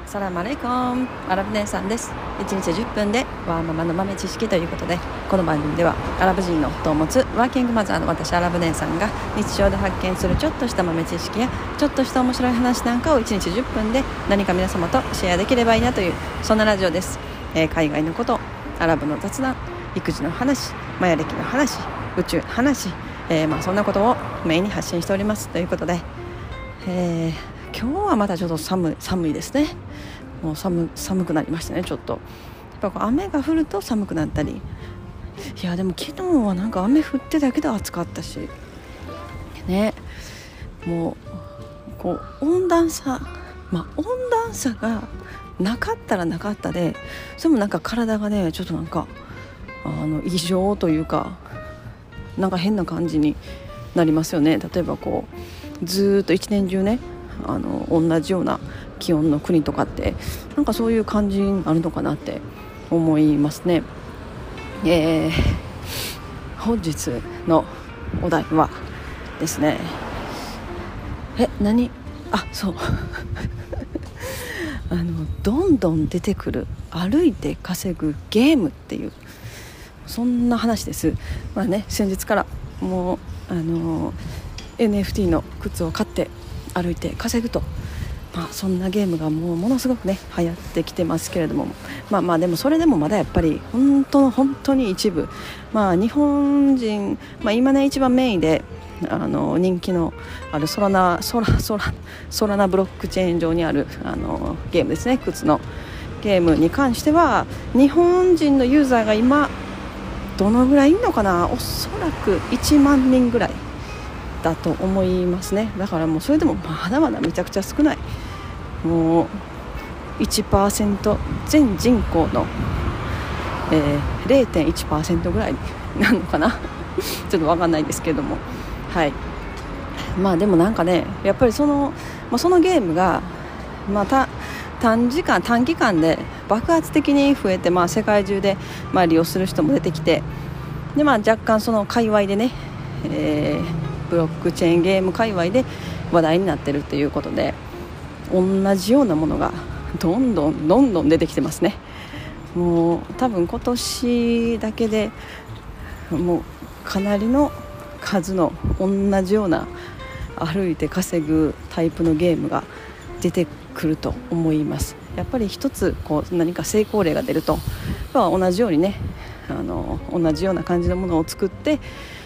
サラムアレイコン、アラブ姉さんです。1日10分でワーママの豆知識ということで、この番組ではアラブ人の夫を持つワーキングマザーの私アラブ姉さんが日常で発見するちょっとした豆知識やちょっとした面白い話なんかを1日10分で何か皆様とシェアできればいいなという、そんなラジオです。海外のこと、アラブの雑談、育児の話、マヤ歴の話、宇宙の話、そんなことをメインに発信しておりますということで、今日はまだちょっと寒いですね。もう寒くなりましたね。ちょっとやっぱ雨が降ると寒くなったり、いやでも昨日はなんか雨降ってたけど暑かったしね。もうこう温暖差がなかったらなかったで、それもなんか体がねちょっとなんか異常というか、なんか変な感じになりますよね。例えばこうずっと一年中ね同じような気温の国とかってなんかそういう感じになるのかなって思いますね。本日のお題はですね、そうどんどん出てくる歩いて稼ぐゲームっていう、そんな話です。先日からもうNFT の靴を買って歩いて稼ぐと、そんなゲームがものすごくね流行ってきてますけれども、でもそれでもまだやっぱり本当に一部、日本人、今ね一番メインで人気のあるソラナブロックチェーン上にあるゲームですね。靴のゲームに関しては日本人のユーザーが今どのぐらいいるのかな。おそらく1万人ぐらいだと思いますね。だからもうそれでもまだまだめちゃくちゃ少ない、もう 1% 全人口の、0.1% ぐらいなのかなちょっと分かんないですけれども、はい。でもなんかね、やっぱりそのゲームが短期間で爆発的に増えて、世界中で利用する人も出てきて、で若干その界隈でね、ブロックチェーンゲーム界隈で話題になってるっていうことで、同じようなものがどんどん出てきてますね。もう多分今年だけでもうかなりの数の同じような歩いて稼ぐタイプのゲームが出てくると思います。やっぱり一つこう何か成功例が出ると、同じようにね同じような感じのものを作って、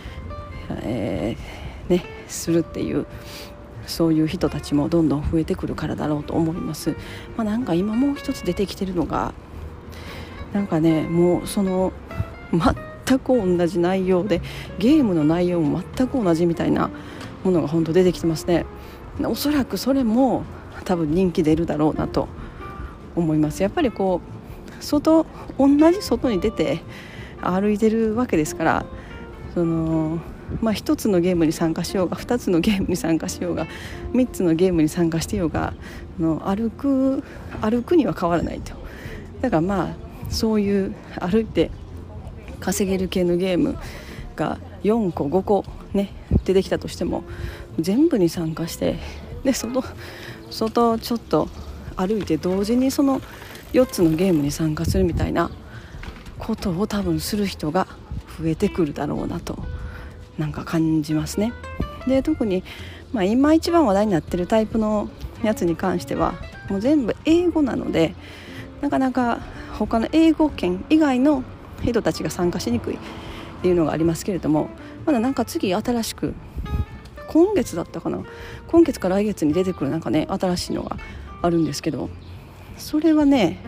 するっていう、そういう人たちもどんどん増えてくるからだろうと思います。なんか今もう一つ出てきてるのが、なんかねもうその全く同じ内容でゲームの内容も全く同じみたいなものが本当出てきてますね。おそらくそれも多分人気出るだろうなと思います。やっぱりこう同じ外に出て歩いてるわけですから、一つのゲームに参加しようが二つのゲームに参加しようが三つのゲームに参加してようが歩くには変わらないと。だからそういう歩いて稼げる系のゲームが4個5個ね出てきたとしても、全部に参加してで外ちょっと歩いて同時にその4つのゲームに参加するみたいなことを多分する人が増えてくるだろうなとなんか感じますね。で特に、今一番話題になってるタイプのやつに関してはもう全部英語なので、なかなか他の英語圏以外の人たちが参加しにくいっていうのがありますけれども、まだなんか次新しく今月か来月に出てくるなんかね新しいのがあるんですけど、それはね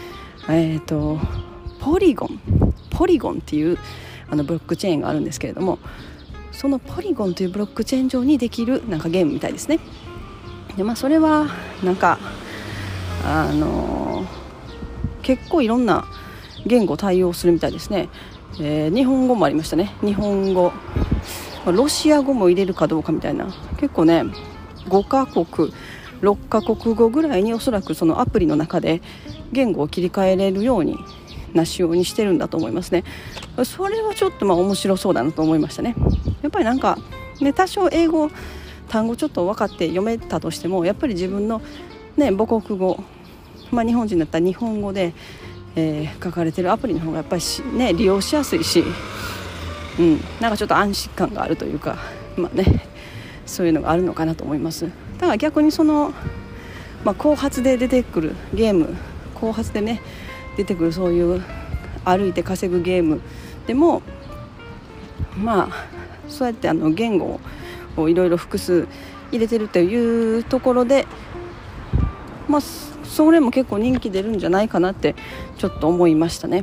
ポリゴンっていうブロックチェーンがあるんですけれども、そのポリゴンというブロックチェーン上にできるなんかゲームみたいですね。でそれはなんか結構いろんな言語対応するみたいですね。日本語もありましたね。日本語、ロシア語も入れるかどうかみたいな、結構ね5カ国6カ国語ぐらいにおそらくそのアプリの中で言語を切り替えれるようにな仕様にしてるんだと思いますね。それはちょっと面白そうだなと思いましたね。やっぱりなんかね、多少英語単語ちょっと分かって読めたとしても、やっぱり自分のね母国語日本人だったら日本語で、書かれてるアプリの方がやっぱり利用しやすいし、なんかちょっと安心感があるというか、そういうのがあるのかなと思います。だから逆に後発で出てくるゲーム、後発でね出てくるそういう歩いて稼ぐゲームでもそうやって言語をいろいろ複数入れてるというところで、それも結構人気出るんじゃないかなってちょっと思いましたね。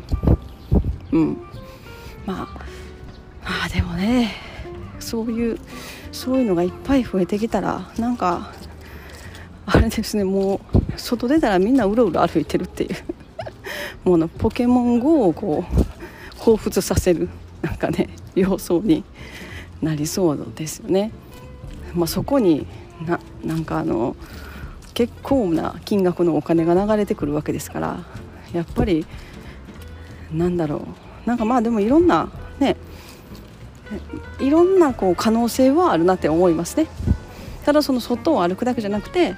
でもね、そういうのがいっぱい増えてきたら、なんかあれですね、もう外出たらみんなうろうろ歩いてるっていうもうポケモン GO をこう彷彿させる様相になりそうですよね。そこに結構な金額のお金が流れてくるわけですから、やっぱりでもいろんなこう可能性はあるなって思いますね。ただその外を歩くだけじゃなくて、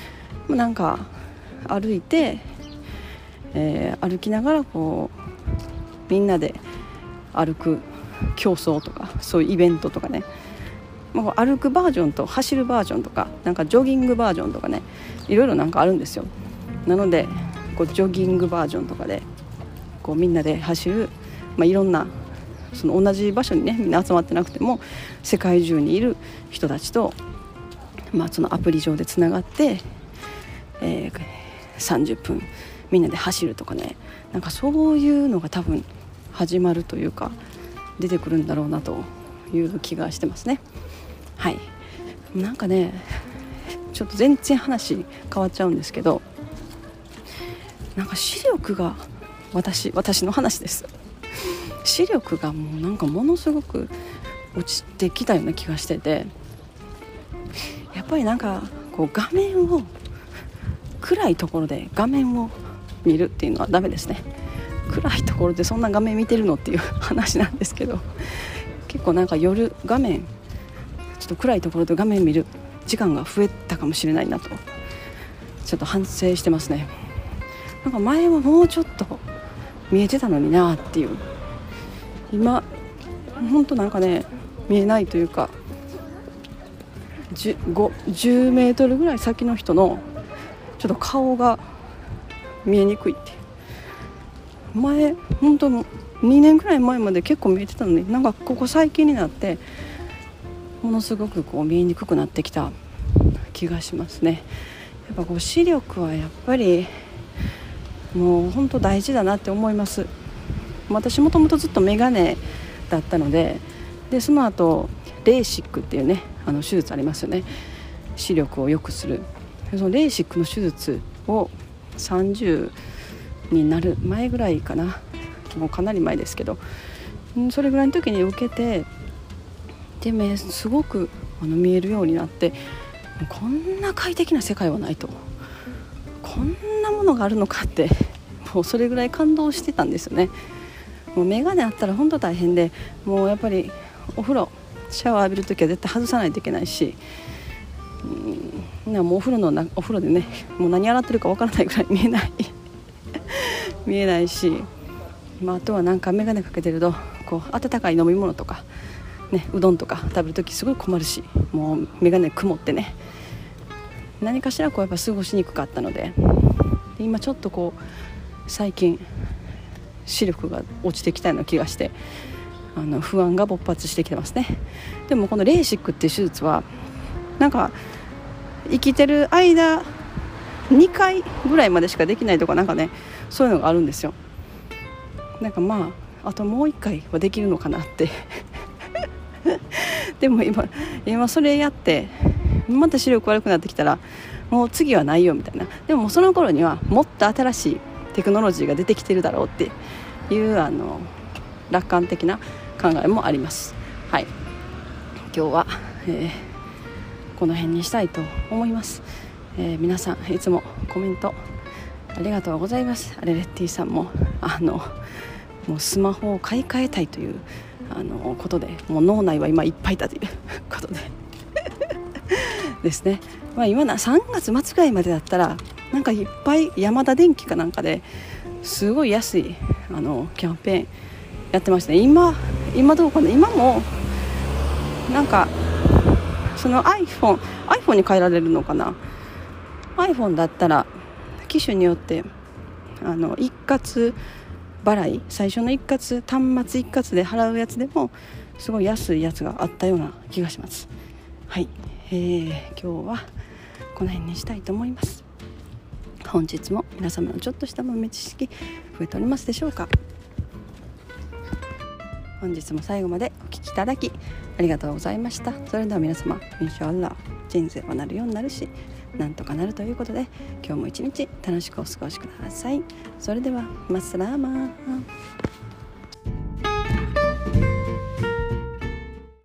歩いて、歩きながらこうみんなで歩く競争とか、そういうイベントとかね、歩くバージョンと走るバージョンとか、ジョギングバージョンとかね、いろいろあるんですよ。なのでこうジョギングバージョンとかでこうみんなで走る、いろんなその同じ場所にねみんな集まってなくても世界中にいる人たちと、そのアプリ上でつながって、30分みんなで走るとかね、そういうのが多分始まるというか出てくるんだろうなという気がしてますね。はい、ちょっと全然話変わっちゃうんですけど、視力が私の話です。視力がもうものすごく落ちてきたような気がしてて、やっぱりこう画面を暗いところで画面を見るっていうのはダメですね。暗いところでそんな画面見てるのっていう話なんですけど、結構夜画面ちょっと暗いところで画面見る時間が増えたかもしれないなとちょっと反省してますね。前はもうちょっと見えてたのになっていう、今本当見えないというか、10メートルぐらい先の人のちょっと顔が見えにくいっていう。前本当2年ぐらい前まで結構見えてたのに、ここ最近になってものすごくこう見えにくくなってきた気がしますね。やっぱこう視力はやっぱりもう本当大事だなって思います。私もともとずっとメガネだったので、その後レーシックっていうね手術ありますよね。視力を良くするそのレーシックの手術を30になる前ぐらいかな、もうかなり前ですけど、それぐらいの時に受けて、で目すごく見えるようになって、こんな快適な世界はないと、こんなものがあるのかって、もうそれぐらい感動してたんですよね。もう眼鏡あったら本当大変で、もうやっぱりお風呂シャワー浴びるときは絶対外さないといけないし、もうお風呂でね、もう何洗ってるかわからないぐらい見えないし、あとは眼鏡かけてるとこう温かい飲み物とか、うどんとか食べるときすごい困るし、もう眼鏡曇ってね、何かしらこうやっぱ過ごしにくかったので、今ちょっとこう最近視力が落ちてきたような気がして、不安が勃発してきてますね。でもこのレーシックっていう手術は生きてる間2回ぐらいまでしかできないとかそういうのがあるんですよ。あともう1回はできるのかなってでも今それやってまた視力悪くなってきたらもう次はないよみたいな。でもその頃にはもっと新しいテクノロジーが出てきてるだろうっていう楽観的な考えもあります。はい、今日は、この辺にしたいと思います。皆さんいつもコメントありがとうございます。アレレッティさんももうスマホを買い替えたいということで、もう脳内は今いっぱいだということでですね。今3月末ぐらいまでだったらなんかいっぱいヤマダ電機かなんかですごい安いキャンペーンやってましたね。今どうかな、今もなんかその iPhone に変えられるのかな。 iPhone だったら機種によって一括払い、最初の一括、端末一括で払うやつでもすごい安いやつがあったような気がします。はい、今日はこの辺にしたいと思います。本日も皆様のちょっとした豆知識増えておりますでしょうか。本日も最後までお聞きいただきありがとうございました。それでは皆様、インシャアッラー、人生はなるようになるし、なんとかなるということで、今日も一日楽しくお過ごしください。それではマッサラーマー。